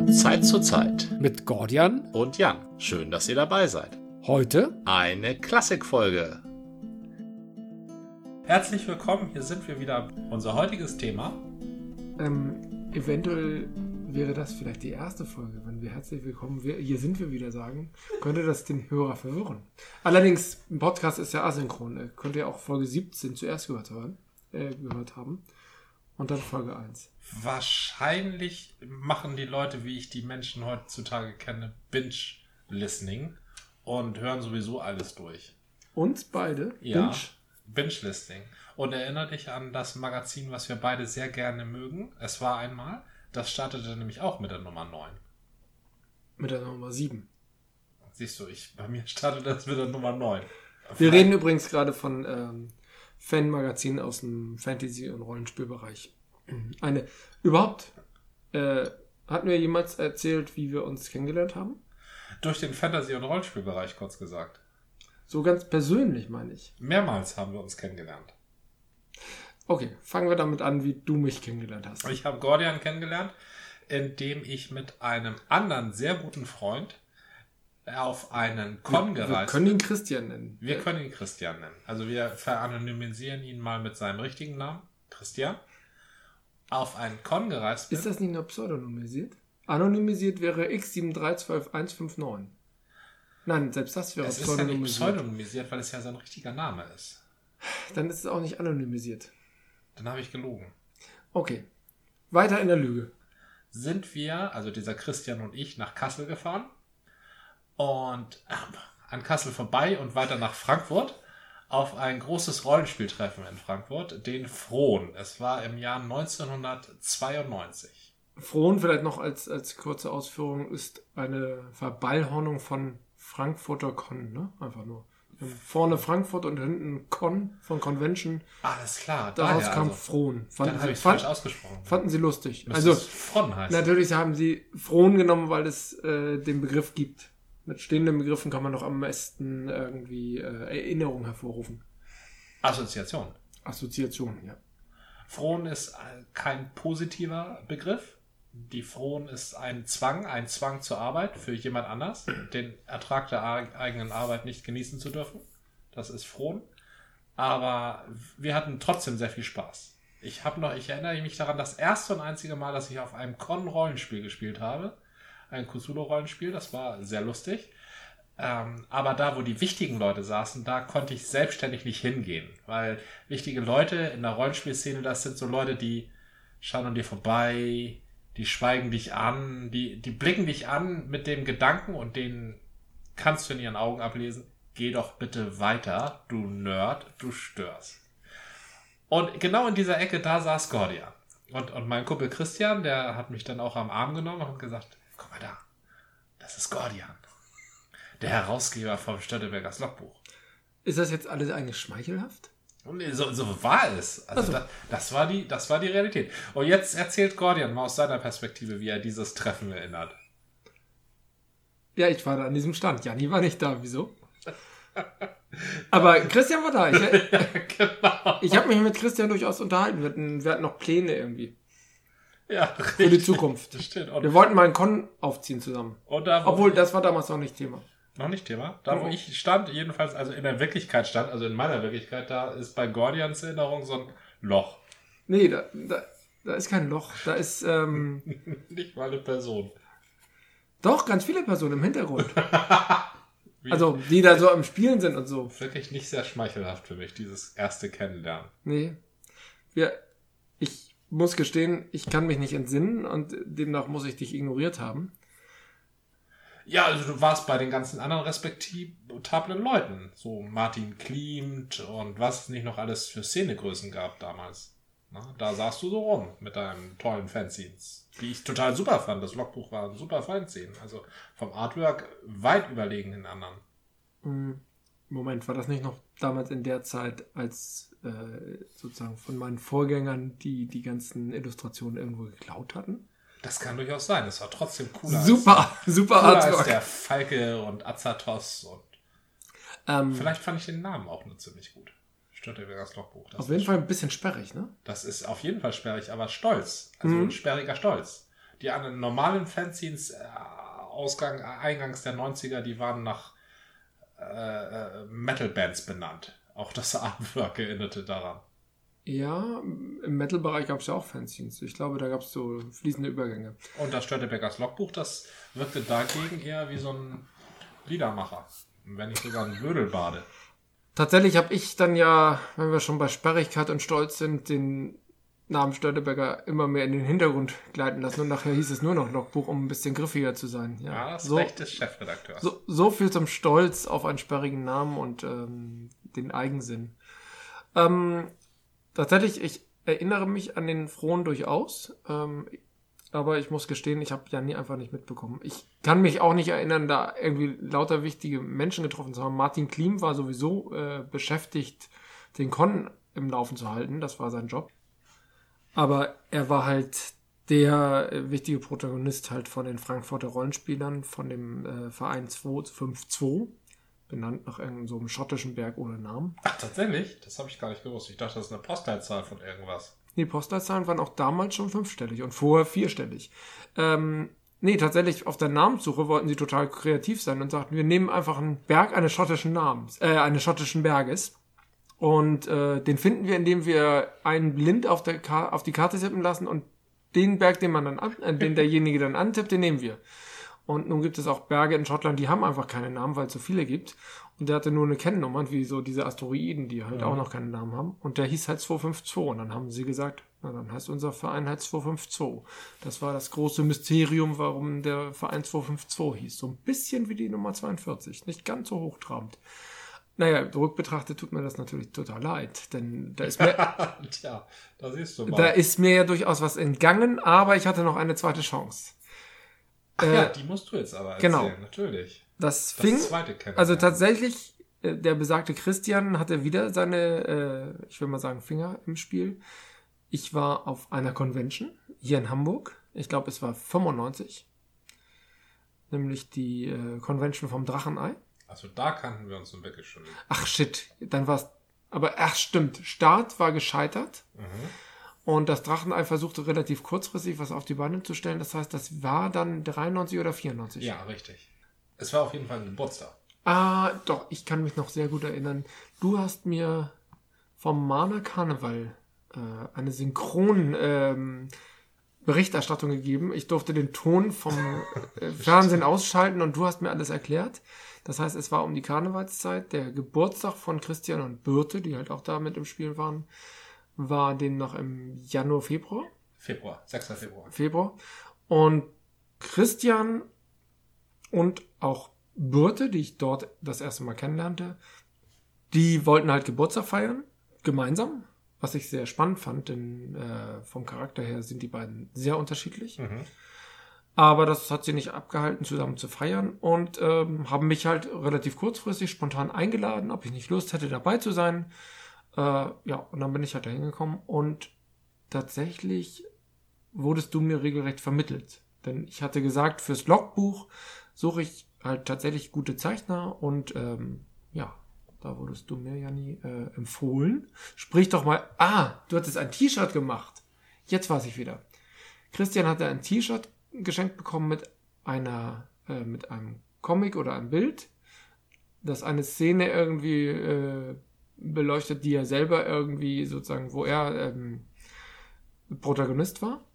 Von Zeit zu Zeit mit Gordian und Jan. Schön, dass ihr dabei seid. Heute Eine Klassikfolge. Herzlich willkommen, hier sind wir wieder. Unser heutiges Thema. Eventuell wäre das vielleicht die erste Folge, wenn wir herzlich willkommen, hier sind wir wieder sagen, könnte das den Hörer verwirren. Allerdings, ein Podcast ist ja asynchron. Könnt ihr auch Folge 17 zuerst gehört haben und dann Folge 1. Wahrscheinlich machen die Leute, wie ich die Menschen heutzutage kenne, Binge-Listening und hören sowieso alles durch. Uns beide? Ja, Binge-Listening. Und erinnere dich an das Magazin, was wir beide sehr gerne mögen. Es war einmal, das startete nämlich auch mit der Nummer 9. Mit der Nummer 7. Siehst du, bei mir startete das mit der Nummer 9. Wir reden übrigens gerade von Fanmagazinen aus dem Fantasy- und Rollenspielbereich. Hatten wir jemals erzählt, wie wir uns kennengelernt haben? Durch den Fantasy- und Rollenspielbereich, kurz gesagt. So ganz persönlich, meine ich. Mehrmals haben wir uns kennengelernt. Okay, fangen wir damit an, wie du mich kennengelernt hast. Ich habe Gordian kennengelernt, indem ich mit einem anderen sehr guten Freund auf einen Con gereist bin. Wir können ihn Christian nennen. Wir können ihn Christian nennen. Also wir veranonymisieren ihn mal mit seinem richtigen Namen, Christian. Auf einen Con gereist bin. Ist das nicht nur pseudonymisiert? Anonymisiert wäre X7312159. Nein, selbst das wäre pseudonymisiert. Es ist ja nicht pseudonymisiert, weil es ja sein richtiger Name ist. Dann ist es auch nicht anonymisiert. Dann habe ich gelogen. Okay, weiter in der Lüge. Sind wir, also dieser Christian und ich, nach Kassel gefahren und an Kassel vorbei und weiter nach Frankfurt auf ein großes Rollenspieltreffen in Frankfurt, den Frohn. Es war im Jahr 1992. Frohn, vielleicht noch als kurze Ausführung, ist eine Verballhornung von Frankfurter Con, ne? Einfach nur. Vorne Frankfurt und hinten Con von Convention. Alles klar. Daraus kam Frohn. Dann habe ich falsch ausgesprochen. Fanden sie lustig. Also Fron heißt. Natürlich haben sie Frohn genommen, weil es den Begriff gibt. Mit stehenden Begriffen kann man doch am besten irgendwie Erinnerung hervorrufen. Assoziation, ja. Frohn ist kein positiver Begriff. Die Frohn ist ein Zwang zur Arbeit für jemand anders, den Ertrag der eigenen Arbeit nicht genießen zu dürfen. Das ist Frohn. Aber wir hatten trotzdem sehr viel Spaß. Ich erinnere mich daran, das erste und einzige Mal, dass ich auf einem Con-Rollenspiel gespielt habe. Ein Cthulhu-Rollenspiel, das war sehr lustig. Aber da, wo die wichtigen Leute saßen, da konnte ich selbstständig nicht hingehen. Weil wichtige Leute in der Rollenspielszene, das sind so Leute, die schauen an dir vorbei, die schweigen dich an, die blicken dich an mit dem Gedanken und den kannst du in ihren Augen ablesen, geh doch bitte weiter, du Nerd, du störst. Und genau in dieser Ecke, da saß Gordian. Und mein Kumpel Christian, der hat mich dann auch am Arm genommen und gesagt, guck mal da, das ist Gordian. Der Herausgeber vom Störtebergers Logbuch. Ist das jetzt alles eigentlich schmeichelhaft? So war es. Also das war die Realität. Und jetzt erzählt Gordian mal aus seiner Perspektive, wie er dieses Treffen erinnert. Ja, ich war da an diesem Stand. Janni war nicht da. Wieso? Aber Christian war da. Ja, genau. Ich habe mich mit Christian durchaus unterhalten. Wir hatten noch Pläne irgendwie. Ja, für die Zukunft. Das stimmt. Wir wollten mal einen Con aufziehen zusammen. Obwohl, das war damals noch nicht Thema. Noch nicht Thema? Da, wo ich stand, jedenfalls, also in der Wirklichkeit stand, also in meiner Wirklichkeit, da ist bei Gordians Erinnerung so ein Loch. Nee, da ist kein Loch. Da ist, nicht mal eine Person. Doch, ganz viele Personen im Hintergrund. Also, die da so am Spielen sind und so. Wirklich nicht sehr schmeichelhaft für mich, dieses erste Kennenlernen. Nee. Ich muss gestehen, ich kann mich nicht entsinnen und demnach muss ich dich ignoriert haben. Ja, also du warst bei den ganzen anderen respektablen Leuten. So Martin Klimt und was es nicht noch alles für Szenegrößen gab damals. Na, da saßt du so rum mit deinen tollen Fanzines, die ich total super fand. Das Logbuch war ein super Fanzine. Also vom Artwork weit überlegen den anderen. Moment, war das nicht noch damals in der Zeit, als sozusagen von meinen Vorgängern die ganzen Illustrationen irgendwo geklaut hatten? Das kann durchaus sein. Das war trotzdem cooler. Super Artwork. Als der Falke und Azatos und vielleicht fand ich den Namen auch nur ziemlich gut. Störtebergers Logbuch. Auf jeden Fall ein bisschen sperrig, ne? Das ist auf jeden Fall sperrig, aber stolz. Also ein sperriger Stolz. Die anderen normalen Fanzines, eingangs der 90er, die waren nach Metal-Bands benannt. Auch das Artwork erinnerte daran. Ja, im Metal-Bereich gab es ja auch Fanzines. Ich glaube, da gab es so fließende Übergänge. Und das Störtebeckers Logbuch, das wirkte dagegen eher wie so ein Liedermacher. Wenn nicht sogar ein Wödelbade. Tatsächlich habe ich dann ja, wenn wir schon bei Sperrigkeit und Stolz sind, den Namen Störtebecker immer mehr in den Hintergrund gleiten lassen. Und nachher hieß es nur noch Logbuch, um ein bisschen griffiger zu sein. Ja, das Recht des Chefredakteurs. So viel zum Stolz auf einen sperrigen Namen und den Eigensinn. Tatsächlich, ich erinnere mich an den Frohn durchaus, aber ich muss gestehen, ich habe ja nie einfach nicht mitbekommen. Ich kann mich auch nicht erinnern, da irgendwie lauter wichtige Menschen getroffen zu haben. Martin Klim war sowieso beschäftigt, den Con im Laufen zu halten, das war sein Job. Aber er war halt der wichtige Protagonist halt von den Frankfurter Rollenspielern, von dem Verein 252. Benannt nach irgendeinem so einem schottischen Berg ohne Namen. Ach, tatsächlich? Das habe ich gar nicht gewusst. Ich dachte, das ist eine Postleitzahl von irgendwas. Die Postleitzahlen waren auch damals schon 5-stellig und vorher 4-stellig. Tatsächlich auf der Namenssuche wollten sie total kreativ sein und sagten, wir nehmen einfach einen Berg eines schottischen Berges und den finden wir, indem wir einen blind auf die Karte tippen lassen und den Berg, den derjenige dann antippt, den nehmen wir. Und nun gibt es auch Berge in Schottland, die haben einfach keine Namen, weil es so viele gibt. Und der hatte nur eine Kennnummer, wie so diese Asteroiden, die halt auch noch keinen Namen haben. Und der hieß halt 252. Und dann haben sie gesagt, na, dann heißt unser Verein halt 252. Das war das große Mysterium, warum der Verein 252 hieß. So ein bisschen wie die Nummer 42. Nicht ganz so hochtrabend. Naja, rückbetrachtet tut mir das natürlich total leid, denn da ist mir, Tja, da siehst du mal. Da ist mir ja durchaus was entgangen, aber ich hatte noch eine zweite Chance. Ach ja, die musst du jetzt aber erzählen, genau. Natürlich. Das zweite kennen. Also tatsächlich, der besagte Christian hatte wieder seine, ich will mal sagen, Finger im Spiel. Ich war auf einer Convention hier in Hamburg. Ich glaube, es war 95. Nämlich die Convention vom Drachenei. Also da kannten wir uns nun wirklich schon. Ach shit, dann war's. Aber stimmt. Start war gescheitert. Mhm. Und das Drachenei versuchte relativ kurzfristig was auf die Beine zu stellen. Das heißt, das war dann 93 oder 94. Ja, richtig. Es war auf jeden Fall ein Geburtstag. Doch, ich kann mich noch sehr gut erinnern. Du hast mir vom Mahner Karneval eine synchron Berichterstattung gegeben. Ich durfte den Ton vom Fernsehen ausschalten und du hast mir alles erklärt. Das heißt, es war um die Karnevalszeit. Der Geburtstag von Christian und Birte, die halt auch da mit im Spiel waren, war demnach im Januar, Februar. 6. Februar. Februar. Und Christian und auch Birte, die ich dort das erste Mal kennenlernte, die wollten halt Geburtstag feiern, gemeinsam, was ich sehr spannend fand, denn vom Charakter her sind die beiden sehr unterschiedlich. Mhm. Aber das hat sie nicht abgehalten, zusammen zu feiern und haben mich halt relativ kurzfristig spontan eingeladen, ob ich nicht Lust hätte, dabei zu sein. Und dann bin ich halt da hingekommen und tatsächlich wurdest du mir regelrecht vermittelt. Denn ich hatte gesagt, fürs Logbuch suche ich halt tatsächlich gute Zeichner und da wurdest du mir, Janni, empfohlen. Sprich doch mal, du hattest ein T-Shirt gemacht. Jetzt weiß ich wieder. Christian hatte ein T-Shirt geschenkt bekommen mit einem Comic oder einem Bild, das eine Szene irgendwie beleuchtet, die er selber irgendwie sozusagen, wo er Protagonist war.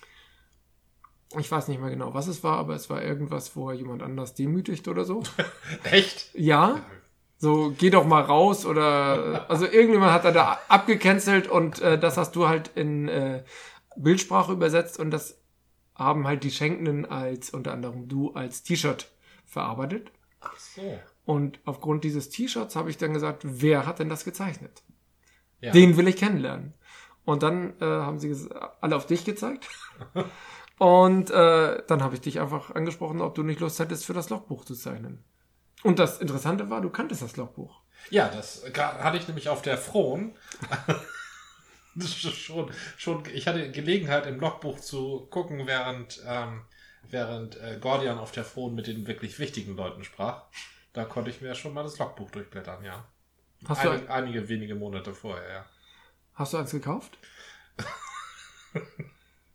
Ich weiß nicht mehr genau, was es war, aber es war irgendwas, wo er jemand anders demütigt oder so. Echt? Ja. So, geh doch mal raus oder, also irgendjemand hat er da abgecancelt und das hast du halt in Bildsprache übersetzt und das haben halt die Schenkenden unter anderem du als T-Shirt verarbeitet. Ach so. Und aufgrund dieses T-Shirts habe ich dann gesagt, wer hat denn das gezeichnet? Ja. Den will ich kennenlernen. Und dann haben sie alle auf dich gezeigt. Und dann habe ich dich einfach angesprochen, ob du nicht Lust hättest, für das Logbuch zu zeichnen. Und das Interessante war, du kanntest das Logbuch. Ja, das hatte ich nämlich auf der Frohn. schon, ich hatte Gelegenheit, im Logbuch zu gucken, während Gordian auf der Frohn mit den wirklich wichtigen Leuten sprach. Da konnte ich mir schon mal das Logbuch durchblättern, ja. Einige wenige Monate vorher, ja. Hast du eins gekauft?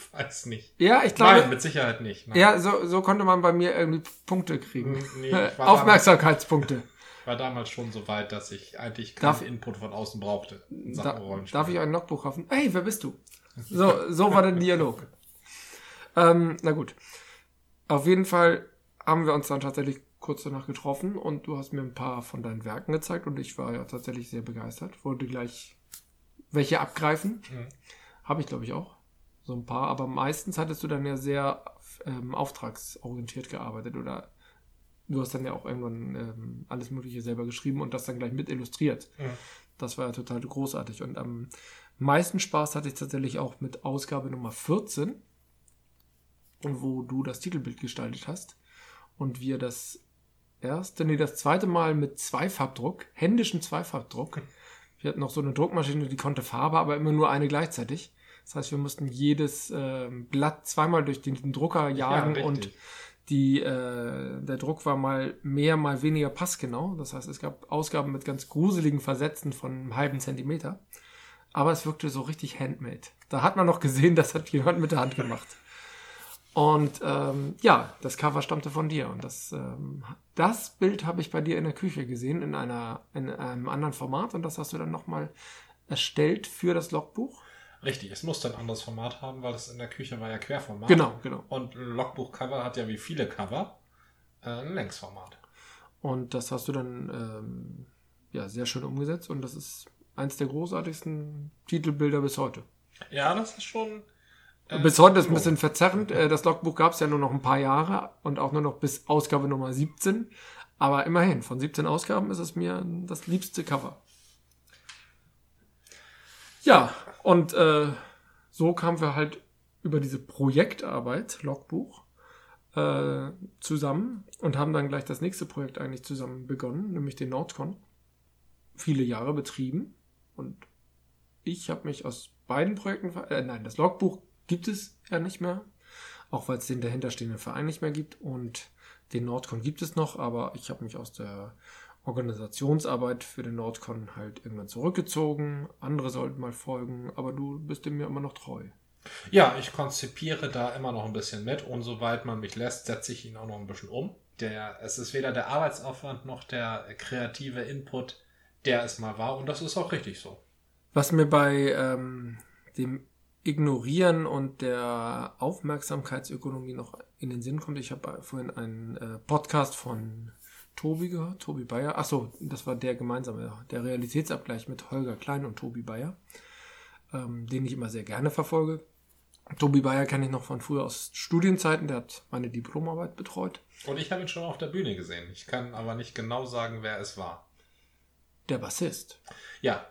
weiß nicht. Ja, ich glaube... Nein, mit Sicherheit nicht. Nein. Ja, so konnte man bei mir irgendwie Punkte kriegen. Nee, Aufmerksamkeitspunkte. Ich war damals schon so weit, dass ich eigentlich keinen Input von außen brauchte. Darf ich ein Logbuch kaufen? Hey, wer bist du? So war der Dialog. Na gut. Auf jeden Fall haben wir uns dann tatsächlich kurz danach getroffen und du hast mir ein paar von deinen Werken gezeigt und ich war ja tatsächlich sehr begeistert. Wollte gleich welche abgreifen. Habe ich, glaube ich, auch. So ein paar. Aber meistens hattest du dann ja sehr auftragsorientiert gearbeitet oder du hast dann ja auch irgendwann alles Mögliche selber geschrieben und das dann gleich mit illustriert. Das war ja total großartig. Und am meisten Spaß hatte ich tatsächlich auch mit Ausgabe Nummer 14, wo du das Titelbild gestaltet hast und wir das zweite Mal mit Zweifarbdruck, händischen Zweifarbdruck. Wir hatten noch so eine Druckmaschine, die konnte Farbe, aber immer nur eine gleichzeitig. Das heißt, wir mussten jedes Blatt zweimal durch den Drucker jagen und der Druck war mal mehr, mal weniger passgenau. Das heißt, es gab Ausgaben mit ganz gruseligen Versätzen von einem halben Zentimeter. Aber es wirkte so richtig handmade. Da hat man noch gesehen, das hat jemand mit der Hand gemacht. Und das Cover stammte von dir. Und das Bild habe ich bei dir in der Küche gesehen, in einem anderen Format. Und das hast du dann nochmal erstellt für das Logbuch. Richtig, es musste ein anderes Format haben, weil es in der Küche war ja Querformat. Genau. Und ein Logbuch-Cover hat ja wie viele Cover ein Längsformat. Und das hast du dann sehr schön umgesetzt. Und das ist eins der großartigsten Titelbilder bis heute. Ja, das ist schon... bis heute ist ein bisschen verzerrend. Das Logbuch gab es ja nur noch ein paar Jahre und auch nur noch bis Ausgabe Nummer 17. Aber immerhin, von 17 Ausgaben ist es mir das liebste Cover. Ja, und so kamen wir halt über diese Projektarbeit, Logbuch, zusammen und haben dann gleich das nächste Projekt eigentlich zusammen begonnen, nämlich den Nordcon. Viele Jahre betrieben und ich habe mich aus beiden Projekten... das Logbuch gibt es ja nicht mehr, auch weil es den dahinterstehenden Verein nicht mehr gibt und den Nordcon gibt es noch, aber ich habe mich aus der Organisationsarbeit für den Nordcon halt irgendwann zurückgezogen. Andere sollten mal folgen, aber du bist mir immer noch treu. Ja, ich konzipiere da immer noch ein bisschen mit und soweit man mich lässt, setze ich ihn auch noch ein bisschen um. Es ist weder der Arbeitsaufwand noch der kreative Input, der es mal war und das ist auch richtig so. Was mir bei dem Ignorieren und der Aufmerksamkeitsökonomie noch in den Sinn kommt, ich habe vorhin einen Podcast von Tobi gehört, Tobi Bayer. Achso, das war der gemeinsame, der Realitätsabgleich mit Holger Klein und Tobi Bayer, den ich immer sehr gerne verfolge. Tobi Bayer kenne ich noch von früher aus Studienzeiten, der hat meine Diplomarbeit betreut. Und ich habe ihn schon auf der Bühne gesehen. Ich kann aber nicht genau sagen, wer es war. Der Bassist. Ja,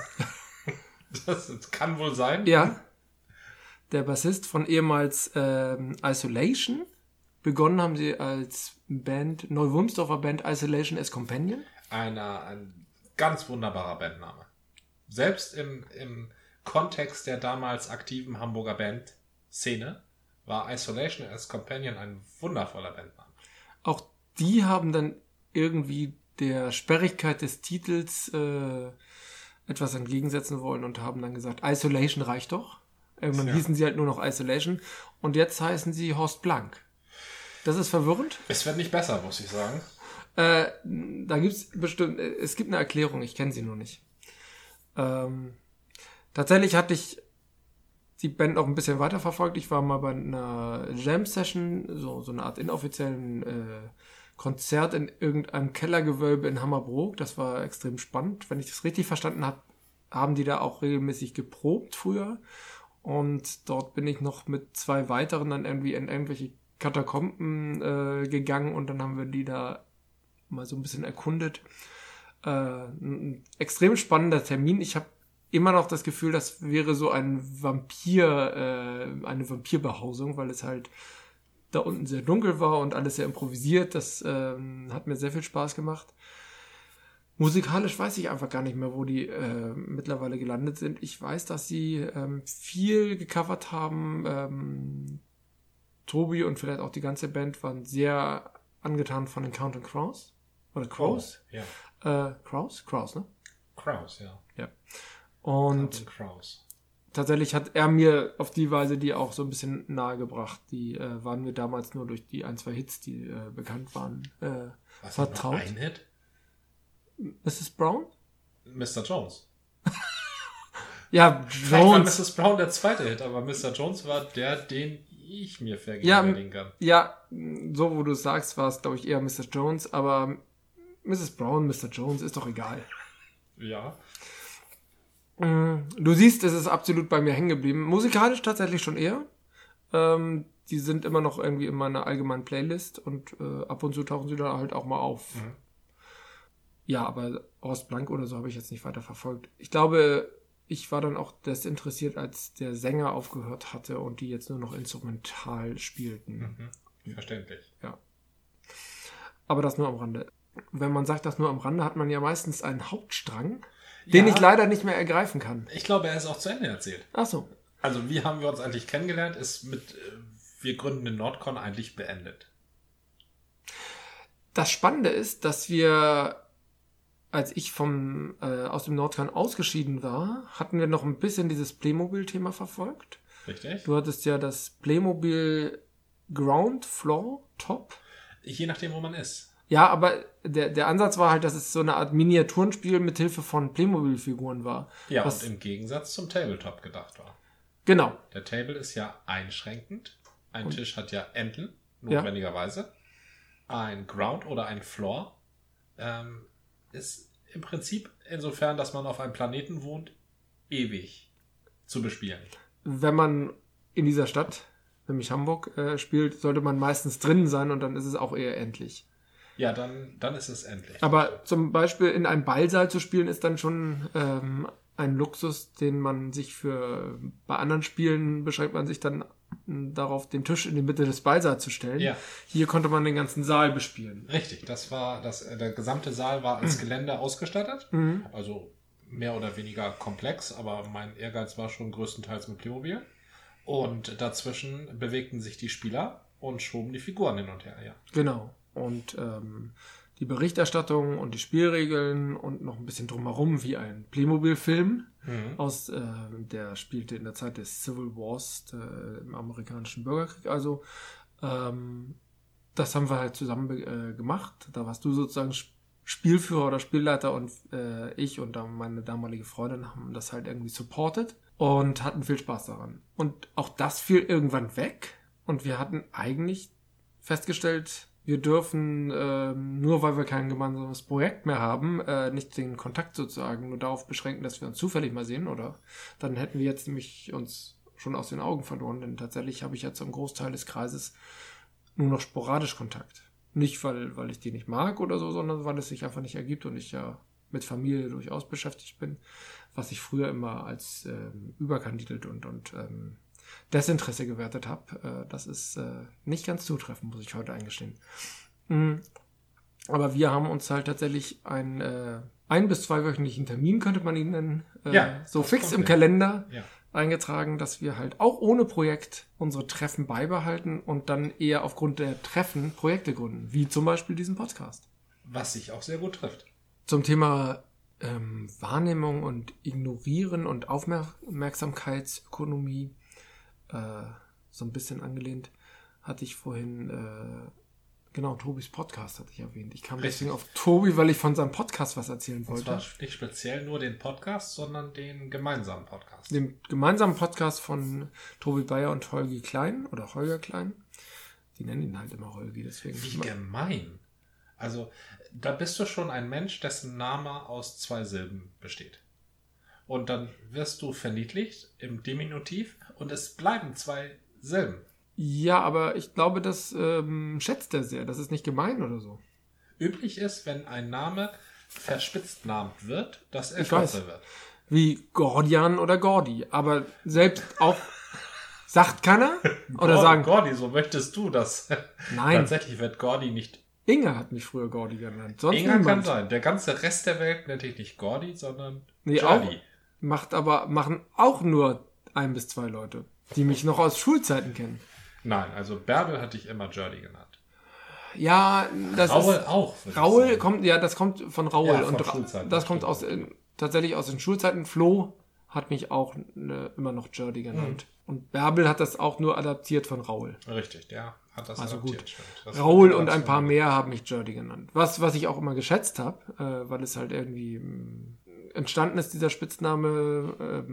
das kann wohl sein. Ja, der Bassist von ehemals Isolation. Begonnen haben sie als Band, Neu-Wulmsdorfer Band Isolation as Companion. Ein ganz wunderbarer Bandname. Selbst im Kontext der damals aktiven Hamburger Bandszene war Isolation as Companion ein wundervoller Bandname. Auch die haben dann irgendwie der Sperrigkeit des Titels etwas entgegensetzen wollen und haben dann gesagt, Isolation reicht doch. Irgendwann hießen sie halt nur noch Isolation und jetzt heißen sie Horst Blank. Das ist verwirrend. Es wird nicht besser, muss ich sagen. Da gibt es bestimmt, es gibt eine Erklärung, ich kenne sie nur nicht. Tatsächlich hatte ich die Band noch ein bisschen weiter verfolgt. Ich war mal bei einer Jam-Session, so eine Art inoffiziellen Konzert in irgendeinem Kellergewölbe in Hammerbrook. Das war extrem spannend. Wenn ich das richtig verstanden habe, haben die da auch regelmäßig geprobt früher. Und dort bin ich noch mit 2 weiteren dann irgendwie in irgendwelche Katakomben gegangen und dann haben wir die da mal so ein bisschen erkundet. Ein extrem spannender Termin. Ich habe immer noch das Gefühl, das wäre so eine Vampirbehausung, weil es halt da unten sehr dunkel war und alles sehr improvisiert. Das hat mir sehr viel Spaß gemacht. Musikalisch weiß ich einfach gar nicht mehr, wo die mittlerweile gelandet sind. Ich weiß, dass sie viel gecovert haben. Tobi und vielleicht auch die ganze Band waren sehr angetan von den Counting Crows. Oder Crows? Oh, ja. Crows, ne? Crows, ja. Ja. Und Counting Crows. tatsächlich hat er mir auf die Weise die auch so ein bisschen nahegebracht. Die waren mir damals nur durch die 1, 2 Hits, die bekannt waren, vertraut. Noch ein Hit? Mrs. Brown? Mr. Jones. Ja, Vielleicht war Jones. Mrs. Brown der zweite Hit, aber Mr. Jones war der, den ich mir vergegenwärtigen kann. Ja, so wo du es sagst, war es, glaube ich, eher Mr. Jones, aber Mrs. Brown, Mr. Jones, ist doch egal. Ja. Du siehst, es ist absolut bei mir hängen geblieben. Musikalisch tatsächlich schon eher. Die sind immer noch irgendwie in meiner allgemeinen Playlist und ab und zu tauchen sie da halt auch mal auf. Mhm. Ja, aber Horst Blank oder so habe ich jetzt nicht weiter verfolgt. Ich glaube, ich war dann auch desinteressiert, als der Sänger aufgehört hatte und die jetzt nur noch instrumental spielten. Mhm. Verständlich. Ja. Aber das nur am Rande. Wenn man sagt, das nur am Rande, hat man ja meistens einen Hauptstrang, den ich leider nicht mehr ergreifen kann. Ich glaube, er ist auch zu Ende erzählt. Ach so. Also, wie haben wir uns eigentlich kennengelernt, ist mit wir gründen den Nordcon eigentlich beendet. Das Spannende ist, dass wir, als ich aus dem Nordcon ausgeschieden war, hatten wir noch ein bisschen dieses Playmobil-Thema verfolgt. Richtig. Du hattest ja das Playmobil Ground Floor Top. Je nachdem, wo man ist. Ja, aber der Ansatz war halt, dass es so eine Art Miniaturenspiel mit Hilfe von Playmobil-Figuren war. Ja, was und im Gegensatz zum Tabletop gedacht war. Genau. Der Table ist ja einschränkend. Ein Tisch hat ja Enden, notwendigerweise. Ja. Ein Ground oder ein Floor ist im Prinzip insofern, dass man auf einem Planeten wohnt, ewig zu bespielen. Wenn man in dieser Stadt, nämlich Hamburg, spielt, sollte man meistens drinnen sein und dann ist es auch eher endlich. Ja, dann ist es endlich. Aber zum Beispiel in einem Ballsaal zu spielen, ist dann schon ein Luxus, den man sich bei anderen Spielen beschränkt man sich dann darauf, den Tisch in die Mitte des Ballsaals zu stellen. Ja. Hier konnte man den ganzen Saal bespielen. Richtig, der gesamte Saal war als Gelände ausgestattet. Mhm. Also mehr oder weniger komplex, aber mein Ehrgeiz war schon größtenteils mit Playmobil. Und dazwischen bewegten sich die Spieler und schoben die Figuren hin und her. Ja. Genau. Und die Berichterstattung und die Spielregeln und noch ein bisschen drumherum wie ein Playmobil-Film der spielte in der Zeit des Civil Wars im amerikanischen Bürgerkrieg. Also das haben wir halt zusammen gemacht. Da warst du sozusagen Spielführer oder Spielleiter und ich und meine damalige Freundin haben das halt irgendwie supportet und hatten viel Spaß daran. Und auch das fiel irgendwann weg und wir hatten eigentlich festgestellt, wir dürfen, nur weil wir kein gemeinsames Projekt mehr haben, nicht den Kontakt sozusagen nur darauf beschränken, dass wir uns zufällig mal sehen, oder dann hätten wir jetzt nämlich uns schon aus den Augen verloren, denn tatsächlich habe ich ja zum Großteil des Kreises nur noch sporadisch Kontakt. Nicht, weil ich die nicht mag oder so, sondern weil es sich einfach nicht ergibt und ich ja mit Familie durchaus beschäftigt bin, was ich früher immer als überkandidelt und Desinteresse gewertet habe. Das ist nicht ganz zutreffend, muss ich heute eingestehen. Aber wir haben uns halt tatsächlich einen 1- bis 2-wöchentlichen Termin, könnte man ihn nennen, so fix im Kalender eingetragen, dass wir halt auch ohne Projekt unsere Treffen beibehalten und dann eher aufgrund der Treffen Projekte gründen, wie zum Beispiel diesen Podcast. Was sich auch sehr gut trifft. Zum Thema Wahrnehmung und Ignorieren und Aufmerksamkeitsökonomie so ein bisschen angelehnt, hatte ich vorhin, Tobis Podcast hatte ich erwähnt. Ich kam deswegen auf Tobi, weil ich von seinem Podcast was erzählen wollte. Und zwar nicht speziell nur den Podcast, sondern den gemeinsamen Podcast. Den gemeinsamen Podcast von Tobi Bayer und Holgi Klein oder Holger Klein. Die nennen ihn halt immer Holgi, deswegen. Wie gemein. Also, da bist du schon ein Mensch, dessen Name aus 2 Silben besteht. Und dann wirst du verniedlicht im Diminutiv und es bleiben 2 Silben. Ja, aber ich glaube, das schätzt er sehr. Das ist nicht gemein oder so. Üblich ist, wenn ein Name verspitznamt wird, dass er kürzer wird. Wie Gordian oder Gordi. Aber selbst auch sagt keiner? Oder sagen Gordi, so möchtest du das. Nein. Tatsächlich wird Gordi nicht. Inga hat mich früher Gordi genannt. Sonst Inga kann sein. Der ganze Rest der Welt nennt dich nicht Gordi, sondern Jordi. Machen auch nur 1 bis 2 Leute, die mich noch aus Schulzeiten kennen. Nein, also Bärbel hatte ich immer Jordi genannt. Ja, das Raul ist... auch. Das kommt von Raul. Ja, und das kommt tatsächlich aus den Schulzeiten. Flo hat mich auch immer noch Jordi genannt. Und Bärbel hat das auch nur adaptiert von Raul. Richtig, der hat das also adaptiert. Gut. Raul und ein paar mehr haben mich Jordi genannt. Was ich auch immer geschätzt habe, weil es halt irgendwie entstanden ist, dieser Spitzname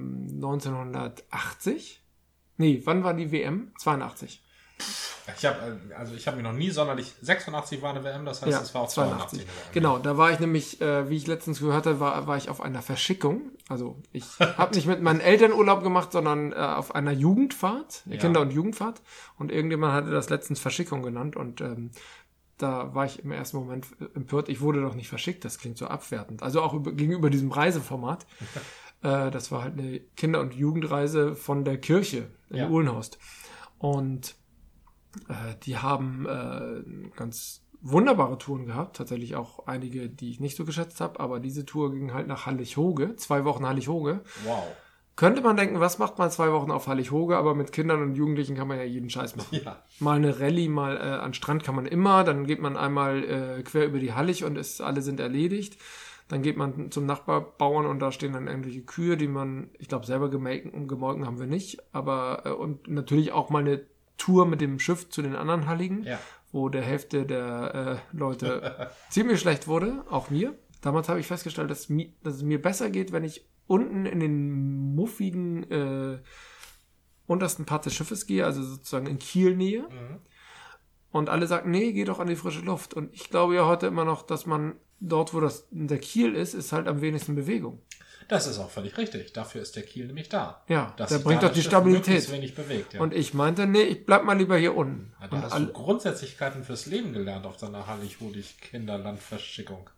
1980. Nee, wann war die WM? 82. Ich habe mich noch nie sonderlich... 86 war eine WM, das heißt, es war auch 82 eine WM. Genau, da war ich nämlich, wie ich letztens gehört habe, war ich auf einer Verschickung. Also ich habe nicht mit meinen Eltern Urlaub gemacht, sondern auf einer Jugendfahrt, Kinder- und Jugendfahrt. Und irgendjemand hatte das letztens Verschickung genannt. Und da war ich im ersten Moment empört. Ich wurde doch nicht verschickt, das klingt so abwertend. Also auch gegenüber diesem Reiseformat. Das war halt eine Kinder- und Jugendreise von der Kirche in Uhlenhorst. Und die haben ganz wunderbare Touren gehabt. Tatsächlich auch einige, die ich nicht so geschätzt habe. Aber diese Tour ging halt nach Hallig-Hoge. 2 Wochen Hallig-Hoge. Wow. Könnte man denken, was macht man 2 Wochen auf Hallig-Hoge? Aber mit Kindern und Jugendlichen kann man ja jeden Scheiß machen. Ja. Mal eine Rallye, mal an Strand kann man immer. Dann geht man einmal quer über die Hallig und alle sind erledigt. Dann geht man zum Nachbarbauern und da stehen dann irgendwelche Kühe, die man, ich glaube, selber gemolken haben wir nicht. Aber und natürlich auch mal eine Tour mit dem Schiff zu den anderen Halligen, wo der Hälfte der Leute ziemlich schlecht wurde, auch mir. Damals habe ich festgestellt, dass es mir besser geht, wenn ich unten in den muffigen untersten Part des Schiffes gehe, also sozusagen in Kielnähe. Mhm. Und alle sagen, nee, geh doch an die frische Luft. Und ich glaube ja heute immer noch, dass man dort, wo der Kiel ist halt am wenigsten Bewegung. Das ist auch völlig richtig. Dafür ist der Kiel nämlich da. Ja, der bringt doch die Stabilität. Wenig bewegt, ja. Und ich meinte, nee, ich bleib mal lieber hier unten. Ja, da hast du Grundsätzlichkeiten fürs Leben gelernt auf deiner Hallig-Hodig-Kinderlandverschickung.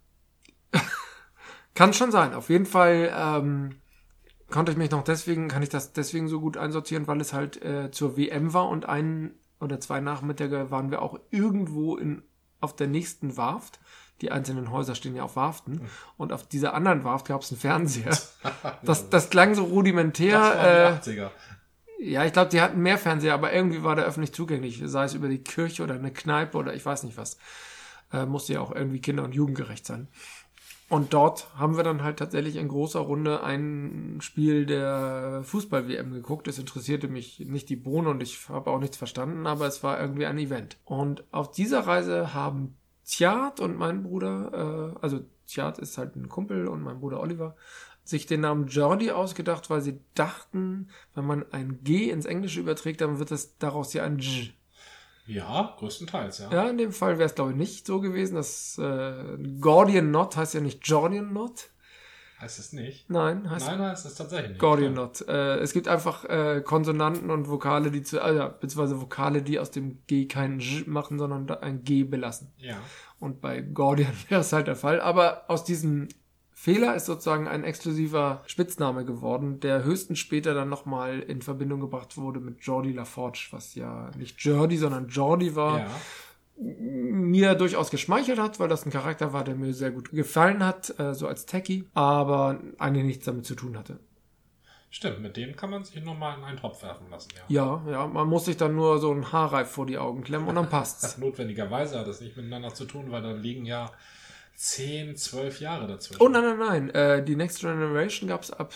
Kann schon sein. Auf jeden Fall kann ich das deswegen so gut einsortieren, weil es halt zur WM war und 1 oder 2 Nachmittage waren wir auch irgendwo auf der nächsten Warft. Die einzelnen Häuser stehen ja auf Warften. Und auf dieser anderen Warft gab es einen Fernseher. Das klang so rudimentär. Das waren die 80er. Ja, ich glaube, die hatten mehr Fernseher, aber irgendwie war der öffentlich zugänglich. Sei es über die Kirche oder eine Kneipe oder ich weiß nicht was. Musste ja auch irgendwie kinder- und jugendgerecht sein. Und dort haben wir dann halt tatsächlich in großer Runde ein Spiel der Fußball-WM geguckt. Es interessierte mich nicht die Bohne und ich habe auch nichts verstanden, aber es war irgendwie ein Event. Und auf dieser Reise haben Tjad und mein Bruder, also Tjad ist halt ein Kumpel und mein Bruder Oliver, sich den Namen Jordi ausgedacht, weil sie dachten, wenn man ein G ins Englische überträgt, dann wird es daraus ja ein J. Ja, größtenteils, ja. Ja, in dem Fall wäre es, glaube ich, nicht so gewesen. Das Gordian Knot heißt ja nicht Jordian Knot. Heißt es nicht? Nein, heißt es tatsächlich nicht. Gordian Knot. Es gibt einfach Konsonanten und Vokale, beziehungsweise Vokale, die aus dem G kein J machen, sondern ein G belassen. Ja. Und bei Gordian wäre es halt der Fall. Aber aus diesem Fehler ist sozusagen ein exklusiver Spitzname geworden, der höchstens später dann nochmal in Verbindung gebracht wurde mit Geordie LaForge, was ja nicht Jordi, sondern Jordi war. Ja. Mir durchaus geschmeichelt hat, weil das ein Charakter war, der mir sehr gut gefallen hat, so als Techie, aber eigentlich nichts damit zu tun hatte. Stimmt, mit dem kann man sich nochmal in einen Topf werfen lassen, ja. Ja, man muss sich dann nur so ein Haarreif vor die Augen klemmen und dann passt's. Notwendigerweise hat das nicht miteinander zu tun, weil da liegen ja 10, 12 Jahre dazwischen. Oh nein, die Next Generation gab's ab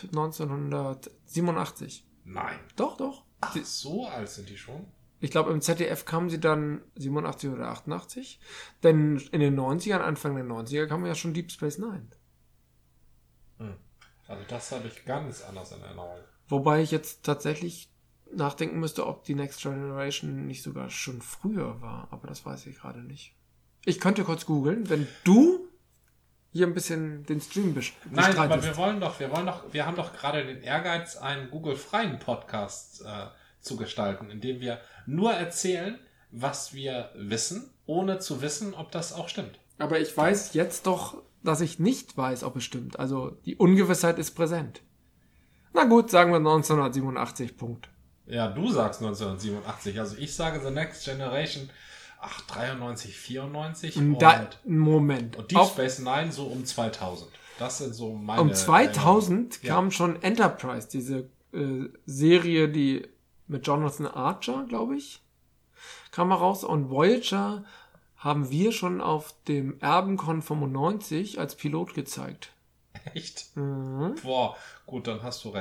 1987. Nein. Doch. Ach, so alt sind die schon? Ich glaube, im ZDF kamen sie dann 87 oder 88. Denn in den 90ern, Anfang der 90er, kam ja schon Deep Space Nine. Also das habe ich ganz anders in Erinnerung. Wobei ich jetzt tatsächlich nachdenken müsste, ob die Next Generation nicht sogar schon früher war. Aber das weiß ich gerade nicht. Ich könnte kurz googeln, wenn du hier ein bisschen den Stream bestreitest. Nein, aber wir haben doch gerade den Ehrgeiz, einen Google-freien Podcast zu gestalten, indem wir nur erzählen, was wir wissen, ohne zu wissen, ob das auch stimmt. Aber ich weiß jetzt doch, dass ich nicht weiß, ob es stimmt. Also die Ungewissheit ist präsent. Na gut, sagen wir 1987, Punkt. Ja, du sagst 1987. Also ich sage The Next Generation 93, 94. Moment. Und Deep Space Nine so um 2000. Das sind so meine... Um 2000 kam schon Enterprise, diese Serie, die mit Jonathan Archer, glaube ich, kam mal raus. Und Voyager haben wir schon auf dem Erbencon 95 als Pilot gezeigt. Echt? Mhm. Boah, gut, dann hast du recht.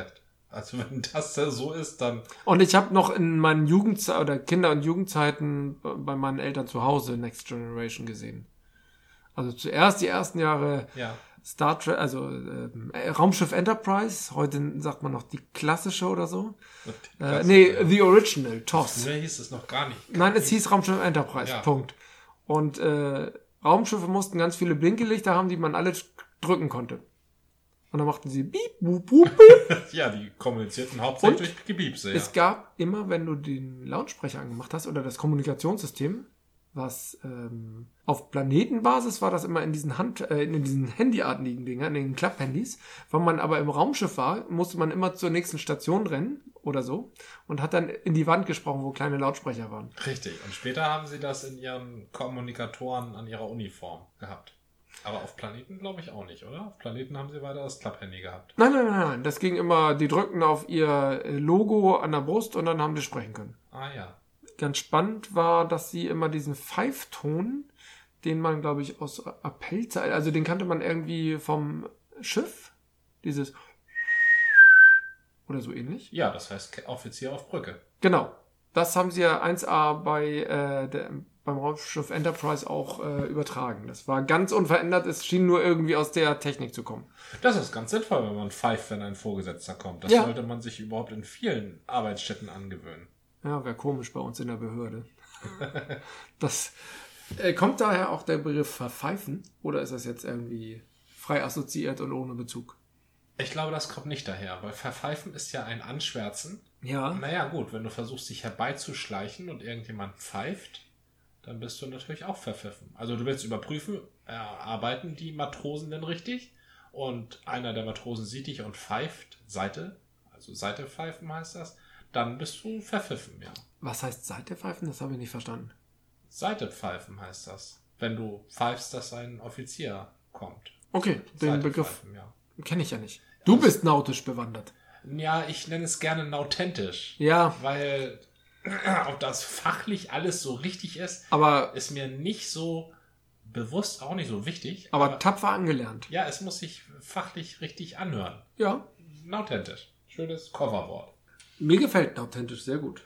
Also wenn das so ist, dann... Und ich habe noch in meinen Kinder- und Jugendzeiten bei meinen Eltern zu Hause Next Generation gesehen. Also zuerst die ersten Jahre Star Trek, also Raumschiff Enterprise, heute sagt man noch die klassische oder so. The Original, TOS. Mir hieß es noch gar nicht. Nein, es hieß Raumschiff Enterprise, Punkt. Und Raumschiffe mussten ganz viele Blinkelichter haben, die man alle drücken konnte. Und dann machten sie Beep, Boop, Boop, Beep. Ja, die kommunizierten hauptsächlich durch Gebiepse. Es gab immer, wenn du den Lautsprecher angemacht hast oder das Kommunikationssystem, was auf Planetenbasis war das immer in diesen handyartigen Dingern, in den Klapphandys. Wenn man aber im Raumschiff war, musste man immer zur nächsten Station rennen oder so und hat dann in die Wand gesprochen, wo kleine Lautsprecher waren. Richtig. Und später haben sie das in ihren Kommunikatoren an ihrer Uniform gehabt. Aber auf Planeten glaube ich auch nicht, oder? Auf Planeten haben sie weiter das Klapphandy gehabt. Nein. Das ging immer, die drückten auf ihr Logo an der Brust und dann haben die sprechen können. Ah ja. Ganz spannend war, dass sie immer diesen Pfeifton, den man, glaube ich, aus Appellzeit, also den kannte man irgendwie vom Schiff, dieses oder so ähnlich. Ja, das heißt Offizier auf Brücke. Genau. Das haben sie ja 1A beim Raumschiff Enterprise auch übertragen. Das war ganz unverändert, es schien nur irgendwie aus der Technik zu kommen. Das ist ganz sinnvoll, wenn man pfeift, wenn ein Vorgesetzter kommt. Das sollte man sich überhaupt in vielen Arbeitsstätten angewöhnen. Ja, wäre komisch bei uns in der Behörde. Das kommt daher auch der Begriff verpfeifen oder ist das jetzt irgendwie frei assoziiert und ohne Bezug? Ich glaube, das kommt nicht daher, weil verpfeifen ist ja ein Anschwärzen. Ja. Naja, gut, wenn du versuchst, dich herbeizuschleichen und irgendjemand pfeift, dann bist du natürlich auch verpfiffen. Also du willst überprüfen, arbeiten die Matrosen denn richtig? Und einer der Matrosen sieht dich und pfeift, Seite pfeifen heißt das, dann bist du verpfiffen, ja. Was heißt Seite pfeifen? Das habe ich nicht verstanden. Seite pfeifen heißt das. Wenn du pfeifst, dass ein Offizier kommt. Okay, den Begriff kenne ich ja nicht. Du bist nautisch bewandert. Ja, ich nenne es gerne authentisch. Ja. Weil, ob das fachlich alles so richtig ist, ist mir nicht so bewusst, auch nicht so wichtig. Aber tapfer angelernt. Ja, es muss sich fachlich richtig anhören. Ja. Authentisch. Schönes Coverwort. Mir gefällt authentisch sehr gut.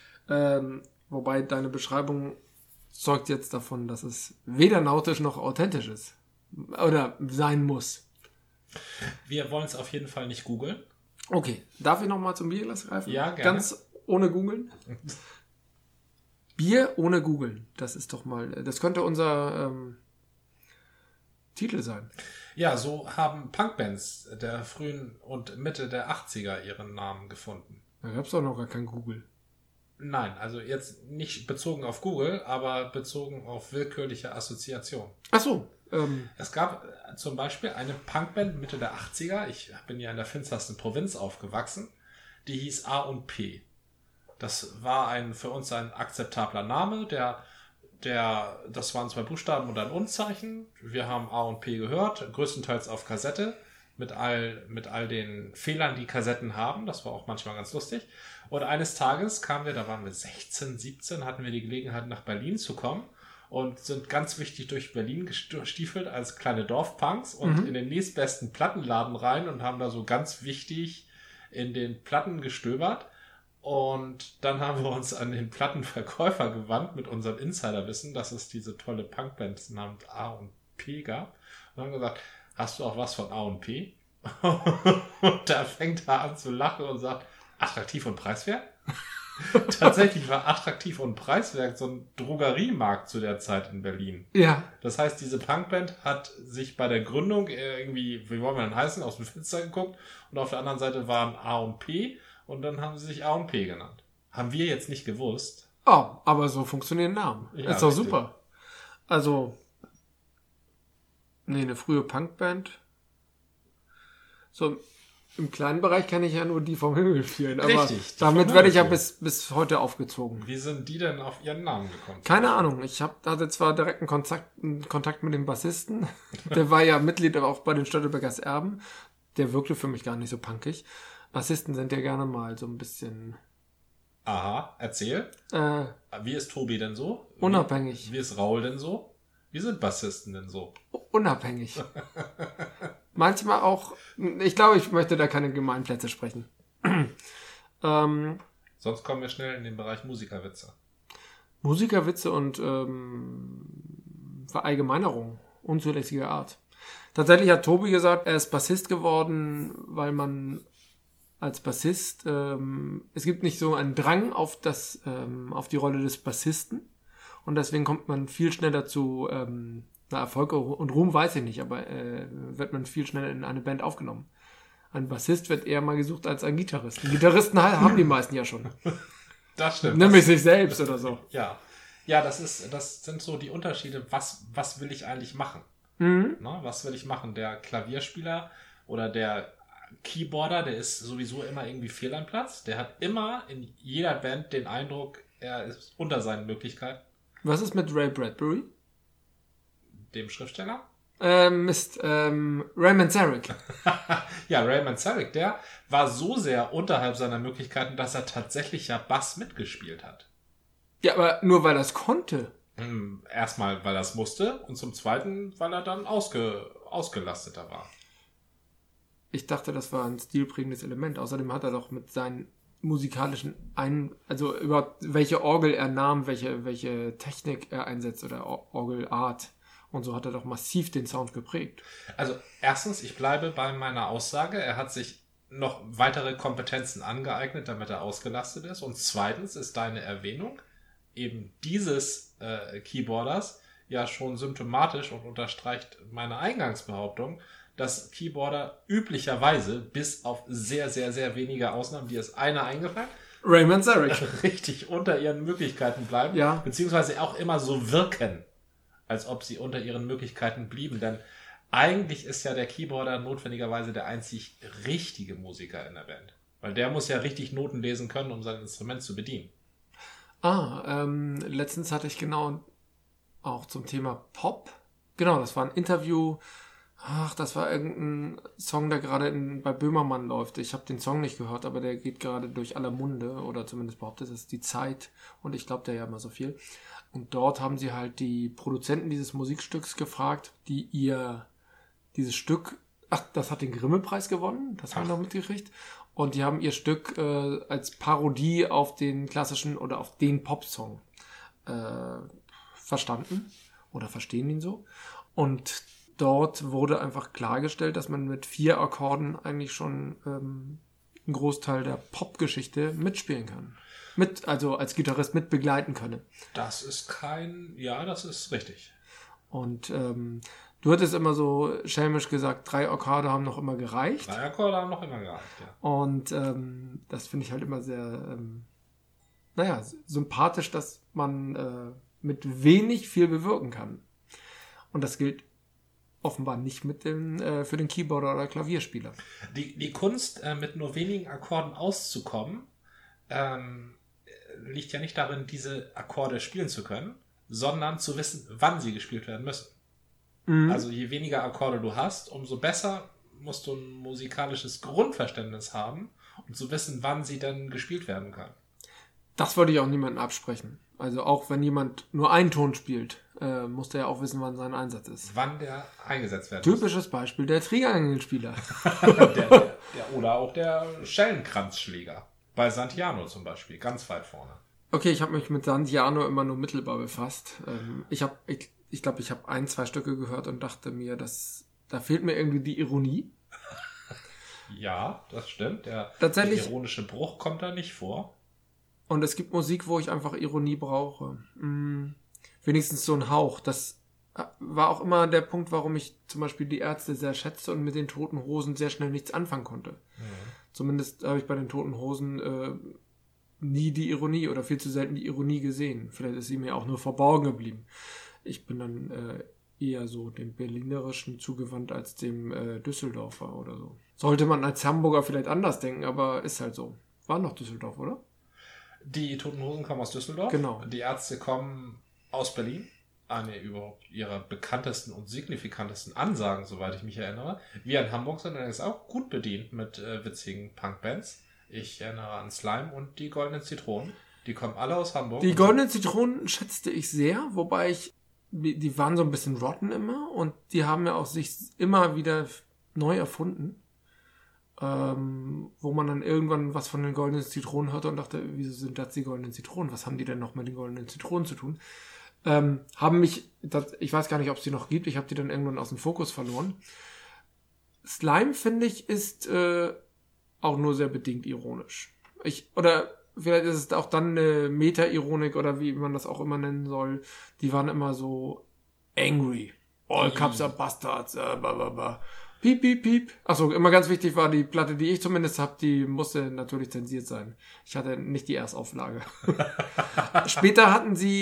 Wobei deine Beschreibung zeugt jetzt davon, dass es weder nautisch noch authentisch ist. Oder sein muss. Wir wollen es auf jeden Fall nicht googeln. Okay, darf ich nochmal zum Bierglas greifen? Ja, gerne. Ganz ohne googeln? Bier ohne googeln. Das ist doch mal, das könnte unser Titel sein. Ja, so haben Punkbands der frühen und Mitte der 80er ihren Namen gefunden. Da gab es doch noch gar kein Google. Nein, also jetzt nicht bezogen auf Google, aber bezogen auf willkürliche Assoziation. Ach so. Es gab zum Beispiel eine Punkband Mitte der 80er, ich bin ja in der finstersten Provinz aufgewachsen, die hieß A&P. Das war für uns ein akzeptabler Name, das waren 2 Buchstaben und ein Unzeichen. Wir haben A&P gehört, größtenteils auf Kassette, mit all den Fehlern, die Kassetten haben. Das war auch manchmal ganz lustig. Und eines Tages da waren wir 16, 17, hatten wir die Gelegenheit, nach Berlin zu kommen und sind ganz wichtig durch Berlin gestiefelt als kleine Dorfpunks und in den nächstbesten Plattenladen rein und haben da so ganz wichtig in den Platten gestöbert. Und dann haben wir uns an den Plattenverkäufer gewandt mit unserem Insiderwissen, dass es diese tolle Punkband namens A&P gab. Und haben gesagt, hast du auch was von A&P? Und da fängt er an zu lachen und sagt, attraktiv und preiswert? Tatsächlich war attraktiv und preiswert so ein Drogeriemarkt zu der Zeit in Berlin. Ja. Das heißt, diese Punkband hat sich bei der Gründung irgendwie, wie wollen wir denn heißen, aus dem Fenster geguckt und auf der anderen Seite waren A&P und dann haben sie sich A&P genannt. Haben wir jetzt nicht gewusst. Oh, aber so funktionieren Namen. Ja, ist doch super. Also, eine frühe Punkband. So, im kleinen Bereich kenne ich ja nur die vom Himmel fielen. Aber richtig, damit werde ich ja bis heute aufgezogen. Wie sind die denn auf ihren Namen gekommen? Keine Ahnung. Ich hatte zwar direkten Kontakt mit dem Bassisten. Der war ja Mitglied auch bei den Störtebeckers Erben. Der wirkte für mich gar nicht so punkig. Bassisten sind ja gerne mal so ein bisschen... Aha, erzähl. Wie ist Tobi denn so? Unabhängig. Wie ist Raul denn so? Wie sind Bassisten denn so? Unabhängig. Manchmal auch, ich glaube, ich möchte da keine Gemeinplätze sprechen. Sonst kommen wir schnell in den Bereich Musikerwitze. Musikerwitze und Verallgemeinerung unzulässiger Art. Tatsächlich hat Tobi gesagt, er ist Bassist geworden, weil man als Bassist, es gibt nicht so einen Drang auf die Rolle des Bassisten und deswegen kommt man viel schneller zu Erfolg und Ruhm weiß ich nicht, aber wird man viel schneller in eine Band aufgenommen. Ein Bassist wird eher mal gesucht als ein Gitarrist. Die Gitarristen haben die meisten ja schon. Das stimmt. Nämlich sich selbst oder so. Ja, das sind so die Unterschiede. Was will ich eigentlich machen? Na, was will ich machen? Der Klavierspieler oder der Keyboarder, der ist sowieso immer irgendwie fehl am Platz. Der hat immer in jeder Band den Eindruck, er ist unter seinen Möglichkeiten. Was ist mit Ray Bradbury? Dem Schriftsteller? Ray Manzarek. Ja, Ray Manzarek, der war so sehr unterhalb seiner Möglichkeiten, dass er tatsächlich ja Bass mitgespielt hat. Ja, aber nur weil er es konnte. Erstmal, weil er es musste und zum Zweiten, weil er dann ausgelasteter war. Ich dachte, das war ein stilprägendes Element. Außerdem hat er doch mit seinen musikalischen also überhaupt welche Orgel er nahm, welche Technik er einsetzt oder Orgelart. Und so hat er doch massiv den Sound geprägt. Also erstens, ich bleibe bei meiner Aussage, er hat sich noch weitere Kompetenzen angeeignet, damit er ausgelastet ist. Und zweitens ist deine Erwähnung eben dieses Keyboarders ja schon symptomatisch und unterstreicht meine Eingangsbehauptung, dass Keyboarder üblicherweise bis auf sehr, sehr, sehr wenige Ausnahmen, die ist einer eingefallen, Ray Manzarek, richtig unter ihren Möglichkeiten bleiben, ja, beziehungsweise auch immer so wirken, als ob sie unter ihren Möglichkeiten blieben. Denn eigentlich ist ja der Keyboarder notwendigerweise der einzig richtige Musiker in der Band. Weil der muss ja richtig Noten lesen können, um sein Instrument zu bedienen. Letztens hatte ich genau auch zum Thema Pop. Genau, das war ein Interview. Das war irgendein Song, der gerade bei Böhmermann läuft. Ich habe den Song nicht gehört, aber der geht gerade durch aller Munde. Oder zumindest behauptet es die Zeit. Und ich glaube, der ja immer so viel. Und dort haben sie halt die Produzenten dieses Musikstücks gefragt, die dieses Stück, das hat den Grimme-Preis gewonnen, das haben wir noch mitgekriegt. Und die haben ihr Stück als Parodie auf den klassischen oder auf den Popsong verstanden oder verstehen ihn so. Und dort wurde einfach klargestellt, dass man mit 4 Akkorden eigentlich schon einen Großteil der Popgeschichte mitspielen kann. Also als Gitarrist mit begleiten könne. Das ist das ist richtig. Und du hattest immer so schelmisch gesagt, 3 Akkorde haben noch immer gereicht. 3 Akkorde haben noch immer gereicht, ja. Und das finde ich halt immer sehr, sympathisch, dass man mit wenig viel bewirken kann. Und das gilt offenbar nicht für den Keyboarder oder Klavierspieler. Die Kunst, mit nur wenigen Akkorden auszukommen, liegt ja nicht darin, diese Akkorde spielen zu können, sondern zu wissen, wann sie gespielt werden müssen. Mhm. Also je weniger Akkorde du hast, umso besser musst du ein musikalisches Grundverständnis haben, um zu wissen, wann sie dann gespielt werden können. Das wollte ich auch niemandem absprechen. Also auch wenn jemand nur einen Ton spielt, muss der ja auch wissen, wann sein Einsatz ist. Wann der eingesetzt werden Typisches muss. Beispiel der Triangelspieler. Oder auch der Schellenkranzschläger. Bei Santiano zum Beispiel, ganz weit vorne. Okay, ich habe mich mit Santiano immer nur mittelbar befasst. Ich glaube, ich habe 1-2 Stücke gehört und dachte mir, da fehlt mir irgendwie die Ironie. Ja, das stimmt. Der ironische Bruch kommt da nicht vor. Und es gibt Musik, wo ich einfach Ironie brauche. Wenigstens so ein Hauch. Das war auch immer der Punkt, warum ich zum Beispiel die Ärzte sehr schätze und mit den Toten Hosen sehr schnell nichts anfangen konnte. Mhm. Zumindest habe ich bei den Toten Hosen nie die Ironie oder viel zu selten die Ironie gesehen. Vielleicht ist sie mir auch nur verborgen geblieben. Ich bin dann eher so dem Berlinerischen zugewandt als dem Düsseldorfer oder so. Sollte man als Hamburger vielleicht anders denken, aber ist halt so. War noch Düsseldorf, oder? Die Toten Hosen kommen aus Düsseldorf. Genau. Die Ärzte kommen aus Berlin. Eine überhaupt ihrer bekanntesten und signifikantesten Ansagen, soweit ich mich erinnere. Wir in Hamburg sind allerdings auch gut bedient mit witzigen Punkbands. Ich erinnere an Slime und die Goldenen Zitronen. Die kommen alle aus Hamburg. Die Goldenen Zitronen schätzte ich sehr, wobei die waren so ein bisschen rotten immer und die haben ja auch sich immer wieder neu erfunden. wo man dann irgendwann was von den goldenen Zitronen hörte und dachte, wieso sind das die goldenen Zitronen? Was haben die denn noch mit den goldenen Zitronen zu tun? Haben mich, ich weiß gar nicht, ob es die noch gibt, ich habe die dann irgendwann aus dem Fokus verloren. Slime, finde ich, ist auch nur sehr bedingt ironisch. Oder vielleicht ist es auch dann eine Meta-Ironik oder wie man das auch immer nennen soll. Die waren immer so angry. All Cups are bastards. Piep, piep, piep. Achso, immer ganz wichtig war die Platte, die ich zumindest habe, die musste natürlich zensiert sein. Ich hatte nicht die Erstauflage. Später hatten sie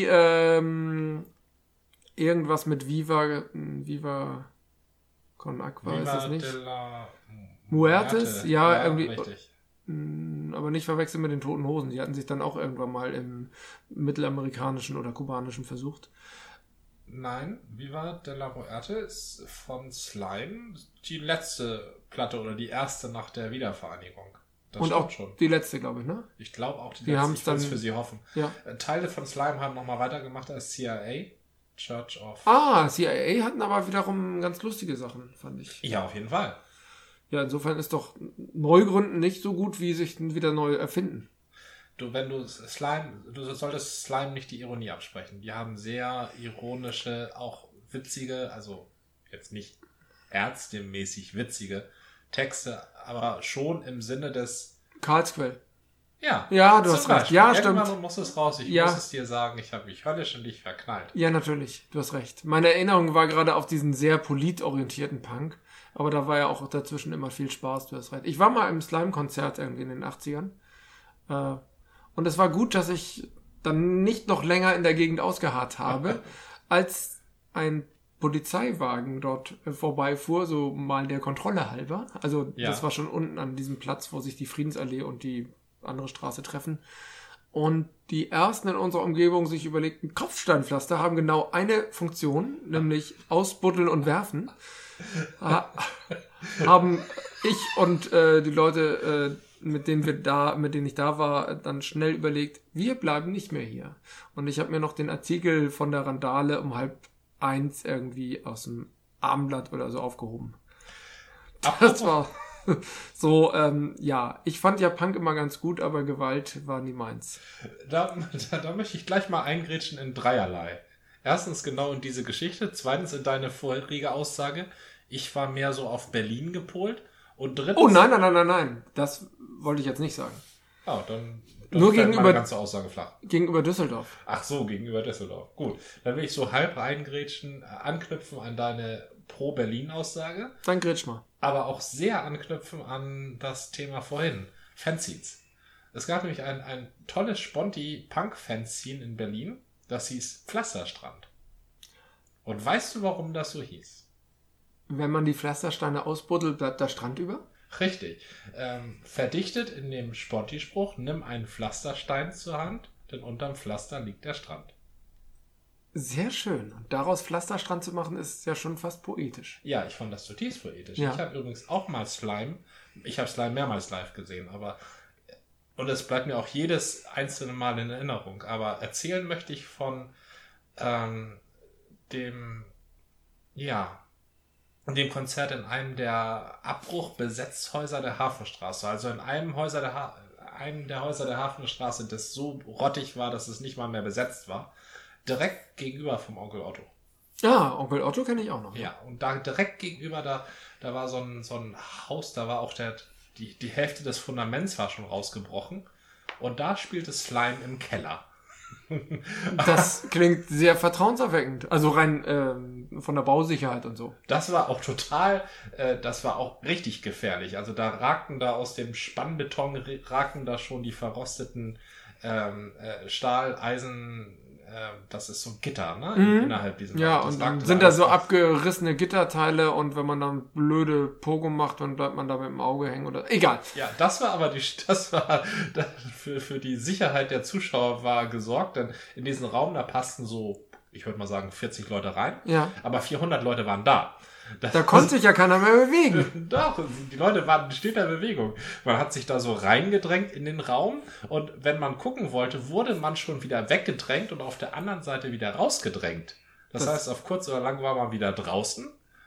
irgendwas mit Viva Con Aqua, Viva ist das nicht? De la Muertes? Ja, irgendwie. Richtig. Aber nicht verwechseln mit den Toten Hosen. Die hatten sich dann auch irgendwann mal im mittelamerikanischen oder kubanischen versucht. Nein, Viva de la Muerte ist von Slime die letzte Platte oder die erste nach der Wiedervereinigung. Das und auch schon. Die letzte, glaube ich, ne? Ich glaube auch die letzte. Ich will es für sie hoffen. Ja. Teile von Slime haben nochmal weitergemacht als CIA. Church of... CIA hatten aber wiederum ganz lustige Sachen, fand ich. Ja, auf jeden Fall. Ja, insofern ist doch Neugründen nicht so gut, wie sich wieder neu erfinden. Du solltest Slime nicht die Ironie absprechen. Die haben sehr ironische, auch witzige, also jetzt nicht ärztemäßig witzige Texte, aber schon im Sinne des... Karlsquell. Ja, du hast recht. Ja, Irgendwann stimmt. muss es raus. Ich muss es dir sagen, ich habe mich höllisch in dich verknallt. Ja, natürlich. Du hast recht. Meine Erinnerung war gerade auf diesen sehr politorientierten Punk. Aber da war ja auch dazwischen immer viel Spaß. Du hast recht. Ich war mal im Slime-Konzert irgendwie in den 80ern. Und es war gut, dass ich dann nicht noch länger in der Gegend ausgeharrt habe, als ein Polizeiwagen dort vorbeifuhr, so mal der Kontrolle halber. Also das war schon unten an diesem Platz, wo sich die Friedensallee und die andere Straße treffen. Und die ersten in unserer Umgebung sich überlegten, Kopfsteinpflaster haben genau eine Funktion, nämlich ausbuddeln und werfen. Haben ich und die Leute, mit denen ich da war, dann schnell überlegt, wir bleiben nicht mehr hier. Und ich habe mir noch den Artikel von der Randale um 12:30 irgendwie aus dem Abendblatt oder so aufgehoben. Das war so, ich fand ja Punk immer ganz gut, aber Gewalt war nie meins. Da möchte ich gleich mal eingrätschen in dreierlei. Erstens genau in diese Geschichte, zweitens in deine vorherige Aussage, ich war mehr so auf Berlin gepolt und drittens... Oh nein, das wollte ich jetzt nicht sagen. Oh, dann nur fällt gegenüber meine ganze Aussage flach. Gegenüber Düsseldorf. Ach so, gegenüber Düsseldorf. Gut, dann will ich so halb reingrätschen, anknüpfen an deine Pro-Berlin-Aussage. Dann grätsch mal. Aber auch sehr anknüpfen an das Thema vorhin, Fanzines. Es gab nämlich ein tolles Sponti-Punk-Fanzine in Berlin, das hieß Pflasterstrand. Und weißt du, warum das so hieß? Wenn man die Pflastersteine ausbuddelt, bleibt der Strand über? Richtig. Verdichtet in dem Sponti-Spruch, nimm einen Pflasterstein zur Hand, denn unterm Pflaster liegt der Strand. Sehr schön. Und daraus Pflasterstrand zu machen, ist ja schon fast poetisch. Ja, ich fand das zutiefst poetisch. Ja. Ich habe übrigens auch mal Slime, ich habe Slime mehrmals live gesehen, und es bleibt mir auch jedes einzelne Mal in Erinnerung. Aber erzählen möchte ich von dem Konzert in einem der Abbruchbesetzhäuser der Hafenstraße. Also in einem der Häuser der Hafenstraße, das so rottig war, dass es nicht mal mehr besetzt war. Direkt gegenüber vom Onkel Otto. Ja, Onkel Otto kenne ich auch noch. Ja, und da direkt gegenüber, da war so ein Haus, da war auch die Hälfte des Fundaments war schon rausgebrochen. Und da spielte Slime im Keller. Das klingt sehr vertrauenserweckend. Also rein von der Bausicherheit und so. Das war auch das war auch richtig gefährlich. Also da ragten da aus dem Spannbeton schon die verrosteten Stahl, Eisen, das ist so ein Gitter, ne? Innerhalb diesem Ja, und dann sind da so abgerissene Gitterteile und wenn man dann blöde Pogo macht, dann bleibt man da mit dem Auge hängen oder... Egal. Ja, das war für die Sicherheit der Zuschauer war gesorgt, denn in diesen Raum, da passten so, ich würde mal sagen, 40 Leute rein. Ja. Aber 400 Leute waren da. Da konnte sich ja keiner mehr bewegen. Doch, die Leute waren in steter Bewegung. Man hat sich da so reingedrängt in den Raum und wenn man gucken wollte, wurde man schon wieder weggedrängt und auf der anderen Seite wieder rausgedrängt. Das heißt, auf kurz oder lang war man wieder draußen.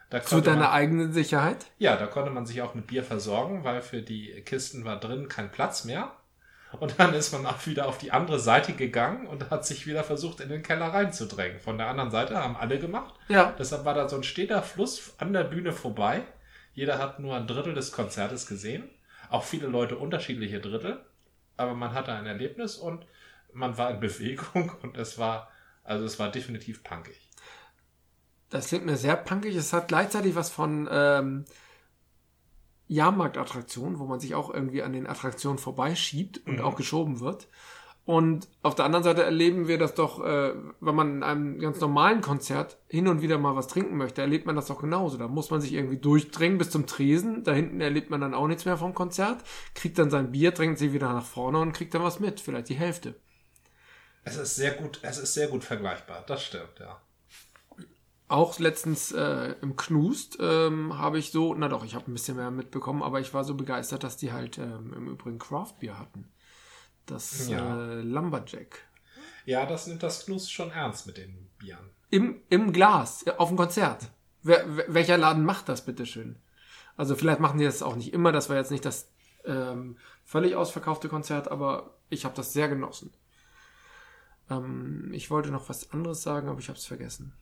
Zu deiner eigenen Sicherheit? Ja, da konnte man sich auch mit Bier versorgen, weil für die Kisten war drin kein Platz mehr. Und dann ist man auch wieder auf die andere Seite gegangen und hat sich wieder versucht, in den Keller reinzudrängen. Von der anderen Seite haben alle gemacht. Ja. Deshalb war da so ein steter Fluss an der Bühne vorbei. Jeder hat nur ein Drittel des Konzertes gesehen. Auch viele Leute unterschiedliche Drittel. Aber man hatte ein Erlebnis und man war in Bewegung und es war definitiv punkig. Das klingt mir sehr punkig. Es hat gleichzeitig was von Jahrmarktattraktionen, wo man sich auch irgendwie an den Attraktionen vorbeischiebt und auch geschoben wird. Und auf der anderen Seite erleben wir das doch, wenn man in einem ganz normalen Konzert hin und wieder mal was trinken möchte, erlebt man das doch genauso. Da muss man sich irgendwie durchdrängen bis zum Tresen. Da hinten erlebt man dann auch nichts mehr vom Konzert, kriegt dann sein Bier, drängt sich wieder nach vorne und kriegt dann was mit. Vielleicht die Hälfte. Es ist sehr gut vergleichbar. Das stimmt, ja. Auch letztens im Knust habe ich so, ich habe ein bisschen mehr mitbekommen, aber ich war so begeistert, dass die halt im Übrigen Craft-Bier hatten. Das Lumberjack. Ja, das nimmt das Knust schon ernst mit den Bieren. Im Glas, auf dem Konzert. Welcher Laden macht das, bitteschön? Also vielleicht machen die das auch nicht immer, das war jetzt nicht das völlig ausverkaufte Konzert, aber ich habe das sehr genossen. Ich wollte noch was anderes sagen, aber ich habe es vergessen.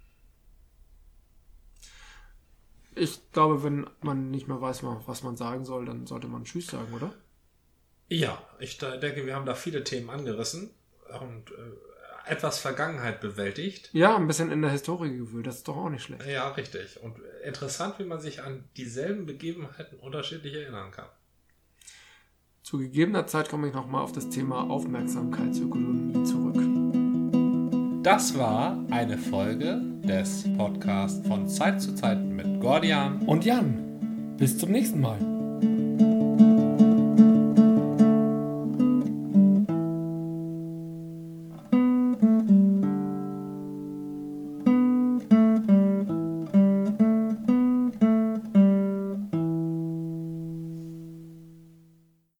Ich glaube, wenn man nicht mehr weiß, was man sagen soll, dann sollte man Tschüss sagen, oder? Ja, ich denke, wir haben da viele Themen angerissen und etwas Vergangenheit bewältigt. Ja, ein bisschen in der Historie gewühlt, das ist doch auch nicht schlecht. Ja, richtig. Und interessant, wie man sich an dieselben Begebenheiten unterschiedlich erinnern kann. Zu gegebener Zeit komme ich nochmal auf das Thema Aufmerksamkeitsökonomie zurück. Das war eine Folge des Podcasts von Zeit zu Zeit mit Gordian und Jan. Bis zum nächsten Mal.